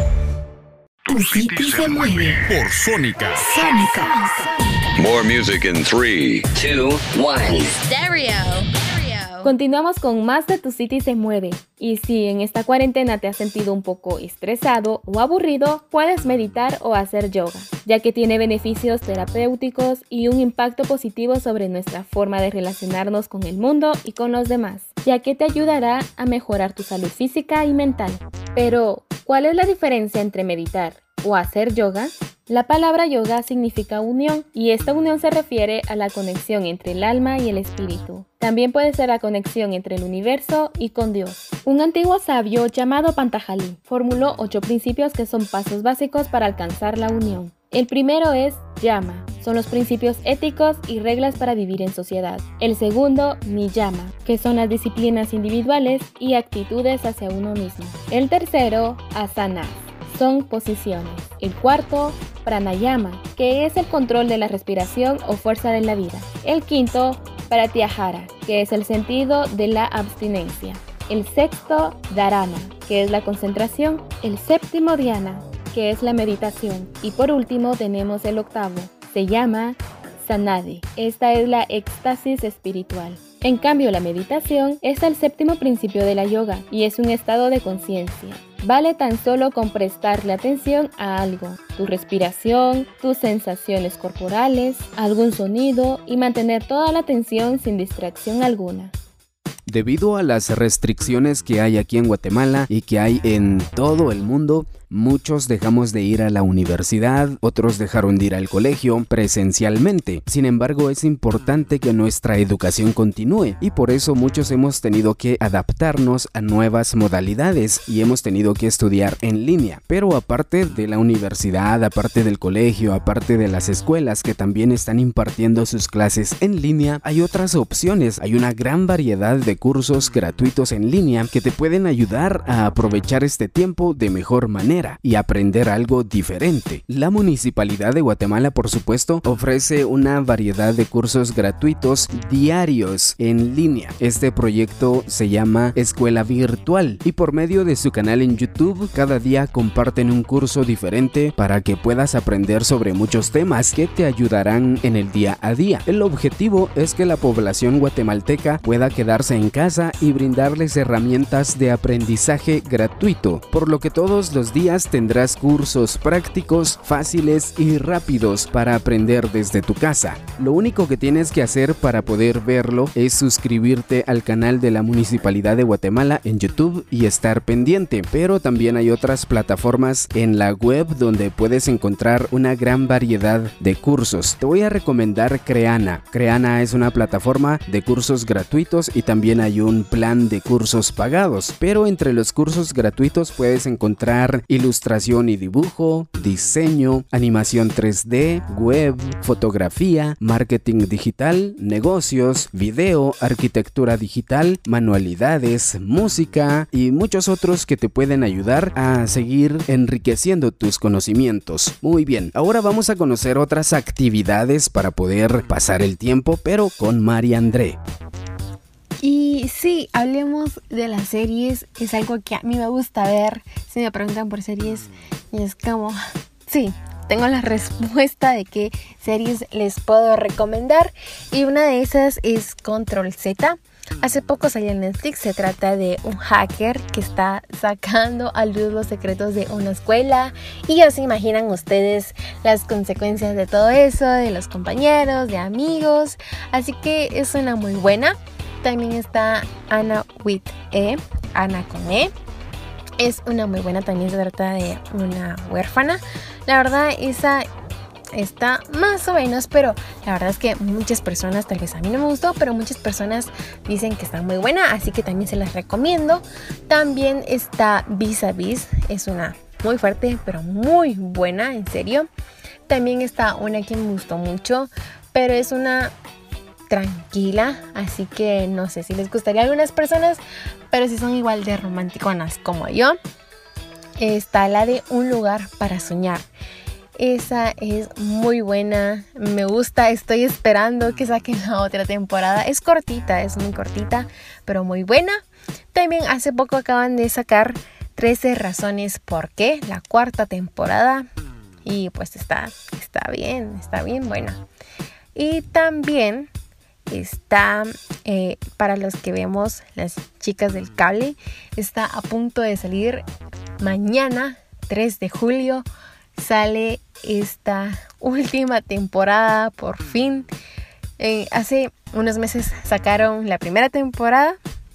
Tu City se mueve. Por Sónica. Sónica. More music in three, two, one. Stereo. Continuamos con más de Tu City se mueve. Y si en esta cuarentena te has sentido un poco estresado o aburrido, puedes meditar o hacer yoga, ya que tiene beneficios terapéuticos y un impacto positivo sobre nuestra forma de relacionarnos con el mundo y con los demás, ya que te ayudará a mejorar tu salud física y mental. Pero, ¿cuál es la diferencia entre meditar o hacer yoga? La palabra yoga significa unión, y esta unión se refiere a la conexión entre el alma y el espíritu. También puede ser la conexión entre el universo y con Dios. Un antiguo sabio llamado Pantajalí formuló ocho principios que son pasos básicos para alcanzar la unión. El primero es Yama, son los principios éticos y reglas para vivir en sociedad. El segundo, Niyama, que son las disciplinas individuales y actitudes hacia uno mismo. El tercero, Asana, son posiciones. El cuarto, Pranayama, que es el control de la respiración o fuerza de la vida. El quinto, Pratyahara, que es el sentido de la abstinencia. El sexto, Dharana, que es la concentración. El séptimo, Dhyana, que es la meditación. Y por último tenemos el octavo, se llama Samadhi. Esta es la éxtasis espiritual. En cambio, la meditación es el séptimo principio de la yoga y es un estado de conciencia. Vale tan solo con prestarle atención a algo, tu respiración, tus sensaciones corporales, algún sonido y mantener toda la atención sin distracción alguna. Debido a las restricciones que hay aquí en Guatemala y que hay en todo el mundo, muchos dejamos de ir a la universidad, otros dejaron de ir al colegio presencialmente. Sin embargo, es importante que nuestra educación continúe y por eso muchos hemos tenido que adaptarnos a nuevas modalidades y hemos tenido que estudiar en línea. Pero aparte de la universidad, aparte del colegio, aparte de las escuelas que también están impartiendo sus clases en línea, hay otras opciones. Hay una gran variedad de cursos gratuitos en línea que te pueden ayudar a aprovechar este tiempo de mejor manera y aprender algo diferente. La Municipalidad de Guatemala, por supuesto, ofrece una variedad de cursos gratuitos diarios en línea. Este proyecto se llama Escuela Virtual y por medio de su canal en YouTube cada día comparten un curso diferente para que puedas aprender sobre muchos temas que te ayudarán en el día a día. El objetivo es que la población guatemalteca pueda quedarse en casa y brindarles herramientas de aprendizaje gratuito, por lo que todos los días tendrás cursos prácticos, fáciles y rápidos para aprender desde tu casa. Lo único que tienes que hacer para poder verlo es suscribirte al canal de la Municipalidad de Guatemala en YouTube y estar pendiente, pero también hay otras plataformas en la web donde puedes encontrar una gran variedad de cursos. Te voy a recomendar Creana. Creana es una plataforma de cursos gratuitos y también hay un plan de cursos pagados, pero entre los cursos gratuitos puedes encontrar ilustración y dibujo, diseño, animación tres D, web, fotografía, marketing digital, negocios, video, arquitectura digital, manualidades, música y muchos otros que te pueden ayudar a seguir enriqueciendo tus conocimientos. Muy bien, ahora vamos a conocer otras actividades para poder pasar el tiempo, pero con María André. Y sí, hablemos de las series, que es algo que a mí me gusta ver. Si me preguntan por series, y es como, sí, tengo la respuesta de qué series les puedo recomendar. Y una de esas es Control Z. Hace poco salió en Netflix. Se trata de un hacker que está sacando a luz los secretos de una escuela. Y ya se imaginan ustedes las consecuencias de todo eso, de los compañeros, de amigos. Así que es una muy buena. También está Anna with E, Ana con E. Es una muy buena, también se trata de una huérfana. La verdad, esa está más o menos, pero la verdad es que muchas personas, tal vez a mí no me gustó, pero muchas personas dicen que está muy buena, así que también se las recomiendo. También está Vis a Vis, es una muy fuerte, pero muy buena, en serio. También está una que me gustó mucho, pero es una tranquila, así que no sé si les gustaría a algunas personas, pero si son igual de romanticonas como yo. Está la de Un lugar para soñar. Esa es muy buena, me gusta, estoy esperando que saquen la otra temporada. Es cortita, es muy cortita, pero muy buena. También hace poco acaban de sacar trece razones por qué, la cuarta temporada, y pues está, está bien, está bien buena. Y también está, eh, para los que vemos Las Chicas del Cable, está a punto de salir mañana, tres de julio, sale esta última temporada, por fin. Eh, hace unos meses sacaron la primera temporada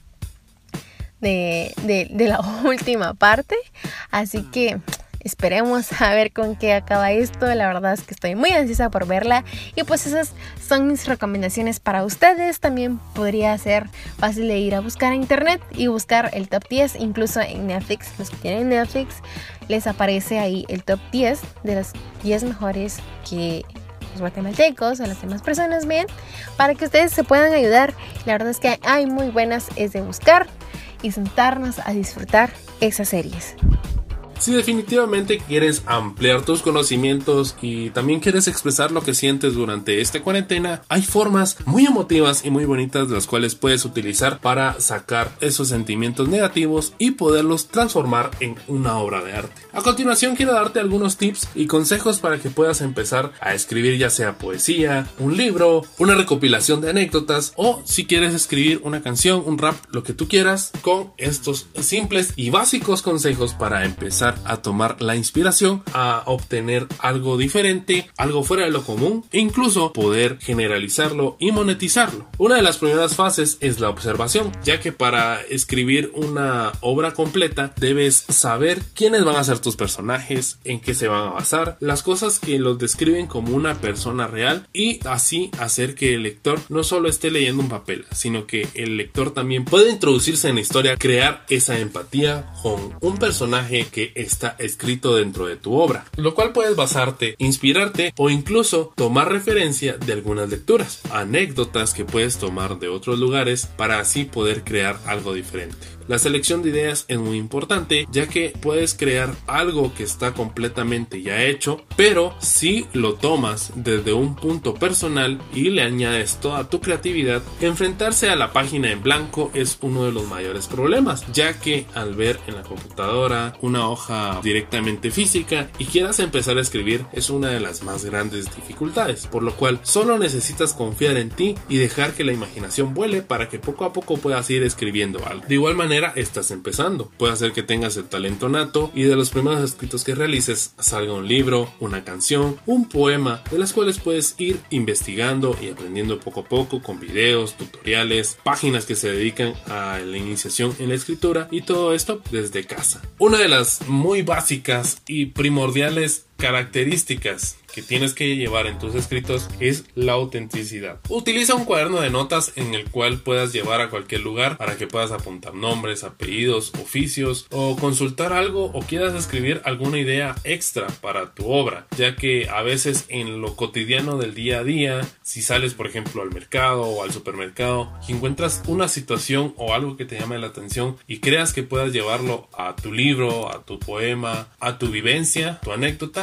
de, de, de la última parte, así que esperemos a ver con qué acaba esto. La verdad es que estoy muy ansiosa por verla. Y pues esas son mis recomendaciones para ustedes. También podría ser fácil de ir a buscar en internet y buscar el top diez. Incluso en Netflix, los que tienen Netflix, les aparece ahí el top diez de las diez mejores que los guatemaltecos o las demás personas ven, para que ustedes se puedan ayudar. La verdad es que hay muy buenas, es de buscar y sentarnos a disfrutar esas series. Si definitivamente quieres ampliar tus conocimientos y también quieres expresar lo que sientes durante esta cuarentena, hay formas muy emotivas y muy bonitas de las cuales puedes utilizar para sacar esos sentimientos negativos y poderlos transformar en una obra de arte. A continuación quiero darte algunos tips y consejos para que puedas empezar a escribir, ya sea poesía, un libro, una recopilación de anécdotas, o si quieres escribir una canción, un rap, lo que tú quieras, con estos simples y básicos consejos para empezar a tomar la inspiración, a obtener algo diferente, algo fuera de lo común, e incluso poder generalizarlo y monetizarlo. Una de las primeras fases es la observación, ya que para escribir una obra completa debes saber quiénes van a ser tus personajes, en qué se van a basar, las cosas que los describen como una persona real, y así hacer que el lector no solo esté leyendo un papel, sino que el lector también puede introducirse en la historia, crear esa empatía con un personaje que está escrito dentro de tu obra, lo cual puedes basarte, inspirarte o incluso tomar referencia de algunas lecturas, anécdotas que puedes tomar de otros lugares para así poder crear algo diferente. La selección de ideas es muy importante, ya que puedes crear algo que está completamente ya hecho, pero si lo tomas desde un punto personal y le añades toda tu creatividad, enfrentarse a la página en blanco es uno de los mayores problemas, ya que al ver en la computadora una hoja directamente física y quieras empezar a escribir, es una de las más grandes dificultades, por lo cual solo necesitas confiar en ti y dejar que la imaginación vuele para que poco a poco puedas ir escribiendo algo. De igual manera, estás empezando, puede ser que tengas el talento nato y de los primeros escritos que realices salga un libro, una canción, un poema, de las cuales puedes ir investigando y aprendiendo poco a poco con videos, tutoriales, páginas que se dedican a la iniciación en la escritura, y todo esto desde casa. Una de las muy básicas y primordiales características que tienes que llevar en tus escritos es la autenticidad. Utiliza un cuaderno de notas en el cual puedas llevar a cualquier lugar para que puedas apuntar nombres, apellidos, oficios, o consultar algo o quieras escribir alguna idea extra para tu obra, ya que a veces en lo cotidiano del día a día, si sales por ejemplo al mercado o al supermercado y encuentras una situación o algo que te llame la atención y creas que puedas llevarlo a tu libro, a tu poema, a tu vivencia, tu anécdota,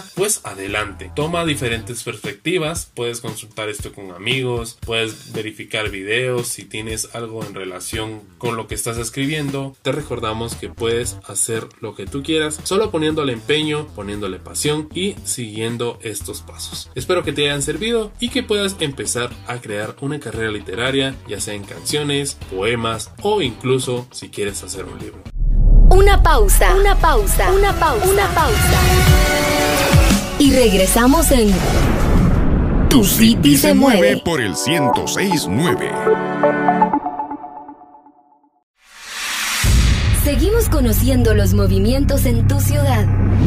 pues adelante. Toma diferentes perspectivas, puedes consultar esto con amigos, puedes verificar videos. Si tienes algo en relación con lo que estás escribiendo, te recordamos que puedes hacer lo que tú quieras, solo poniéndole empeño, poniéndole pasión y siguiendo estos pasos. Espero que te hayan servido y que puedas empezar a crear una carrera literaria, ya sea en canciones, poemas o incluso si quieres hacer un libro. Una pausa, una pausa, una pausa, una pausa. Y regresamos en Tu City se mueve por el ciento seis punto nueve. Seguimos conociendo los movimientos en tu ciudad.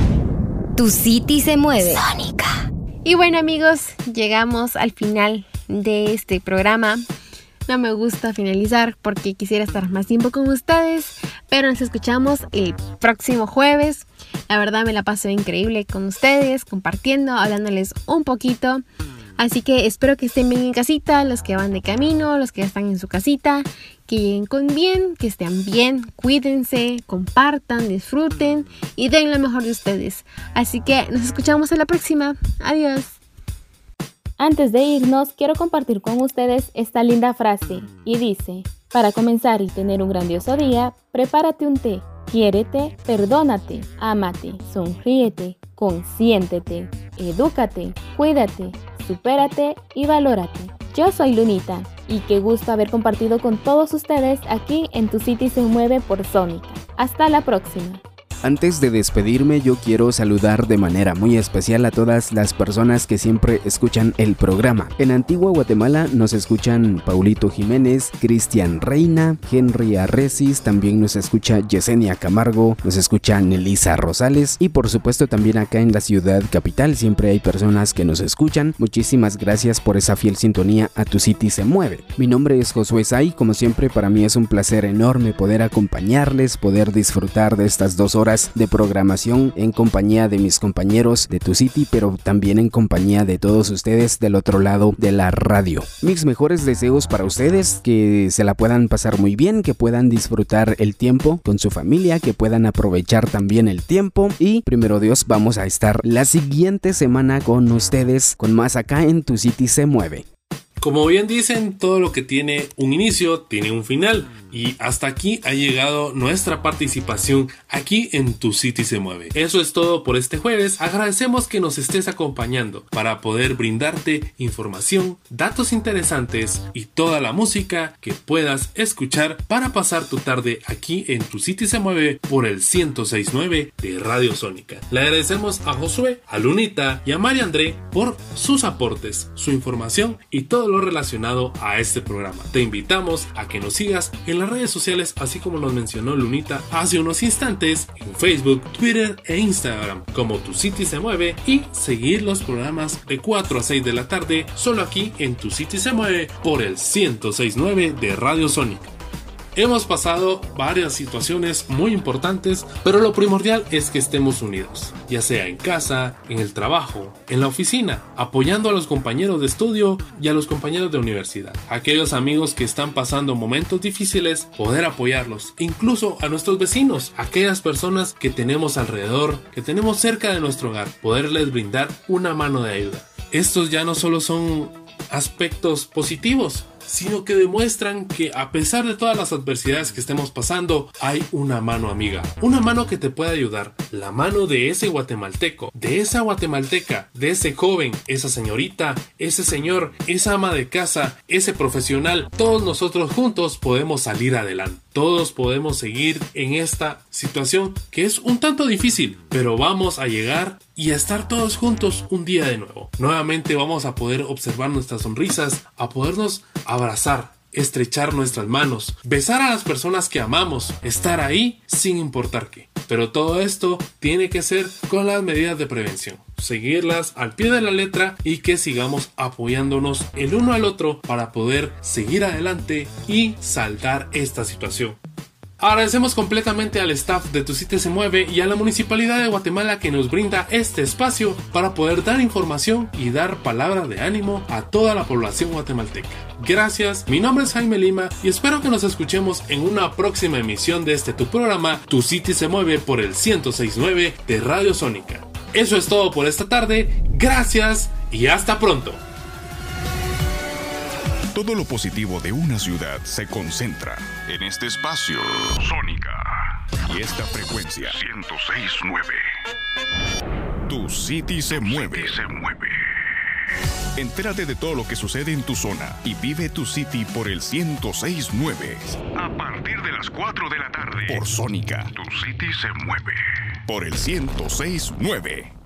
Tu City se mueve. Sónica. Y bueno, amigos, llegamos al final de este programa. No me gusta finalizar porque quisiera estar más tiempo con ustedes, pero nos escuchamos el próximo jueves. La verdad me la paso increíble con ustedes, compartiendo, hablándoles un poquito. Así que espero que estén bien en casita, los que van de camino, los que ya están en su casita, que lleguen con bien, que estén bien, cuídense, compartan, disfruten y den lo mejor de ustedes. Así que nos escuchamos en la próxima. Adiós. Antes de irnos, quiero compartir con ustedes esta linda frase y dice: para comenzar y tener un grandioso día, prepárate un té, quiérete, perdónate, ámate, sonríete, consiéntete, edúcate, cuídate, supérate y valórate. Yo soy Lunita y qué gusto haber compartido con todos ustedes aquí en Tu City se mueve por Sónica. Hasta la próxima. Antes de despedirme, yo quiero saludar de manera muy especial a todas las personas que siempre escuchan el programa. En Antigua Guatemala nos escuchan Paulito Jiménez, Cristian Reina, Henry Arrecis, también nos escucha Yesenia Camargo, nos escucha Nelisa Rosales y por supuesto también acá en la ciudad capital siempre hay personas que nos escuchan. Muchísimas gracias por esa fiel sintonía a Tu City se mueve. Mi nombre es Josué Say, como siempre para mí es un placer enorme poder acompañarles, poder disfrutar de estas dos horas de programación en compañía de mis compañeros de Tu City, pero también en compañía de todos ustedes del otro lado de la radio. Mis mejores deseos para ustedes, que se la puedan pasar muy bien, que puedan disfrutar el tiempo con su familia, que puedan aprovechar también el tiempo y primero Dios vamos a estar la siguiente semana con ustedes con más acá en Tu City se mueve. Como bien dicen, todo lo que tiene un inicio tiene un final. Y hasta aquí ha llegado nuestra participación aquí en Tu City se mueve. Eso es todo por este jueves. Agradecemos que nos estés acompañando para poder brindarte información, datos interesantes y toda la música que puedas escuchar para pasar tu tarde aquí en Tu City se mueve por el ciento seis punto nueve de Radio Sónica. Le agradecemos a Josué, a Lunita y a María André por sus aportes, su información y todo lo relacionado a este programa. Te invitamos a que nos sigas en las redes sociales, así como nos mencionó Lunita hace unos instantes, en Facebook, Twitter e Instagram como Tu City se mueve, y seguir los programas de cuatro a seis de la tarde solo aquí en Tu City se mueve por el ciento seis punto nueve de Radio Sónica. Hemos pasado varias situaciones muy importantes, pero lo primordial es que estemos unidos, ya sea en casa, en el trabajo, en la oficina, apoyando a los compañeros de estudio y a los compañeros de universidad. Aquellos amigos que están pasando momentos difíciles, poder apoyarlos, incluso a nuestros vecinos, aquellas personas que tenemos alrededor, que tenemos cerca de nuestro hogar, poderles brindar una mano de ayuda. Estos ya no solo son aspectos positivos, sino que demuestran que a pesar de todas las adversidades que estemos pasando, hay una mano amiga, una mano que te puede ayudar, la mano de ese guatemalteco, de esa guatemalteca, de ese joven, esa señorita, ese señor, esa ama de casa, ese profesional. Todos nosotros juntos podemos salir adelante. Todos podemos seguir en esta situación que es un tanto difícil, pero vamos a llegar y a estar todos juntos un día de nuevo. Nuevamente vamos a poder observar nuestras sonrisas, a podernos abrazar, estrechar nuestras manos, besar a las personas que amamos, estar ahí sin importar qué. Pero todo esto tiene que ser con las medidas de prevención, seguirlas al pie de la letra y que sigamos apoyándonos el uno al otro para poder seguir adelante y saldar esta situación. Agradecemos completamente al staff de Tu City se mueve y a la Municipalidad de Guatemala que nos brinda este espacio para poder dar información y dar palabra de ánimo a toda la población guatemalteca. Gracias, mi nombre es Jaime Lima y espero que nos escuchemos en una próxima emisión de este tu programa Tu City se mueve por el ciento seis punto nueve de Radio Sónica. Eso es todo por esta tarde. Gracias y hasta pronto. Todo lo positivo de una ciudad se concentra en este espacio Sónica y esta frecuencia ciento seis punto nueve. Tu City se mueve. Se mueve. Entérate de todo lo que sucede en tu zona y vive tu City por el ciento seis punto nueve. A partir de las cuatro de la tarde por Sónica. Tu City se mueve por el ciento seis punto nueve.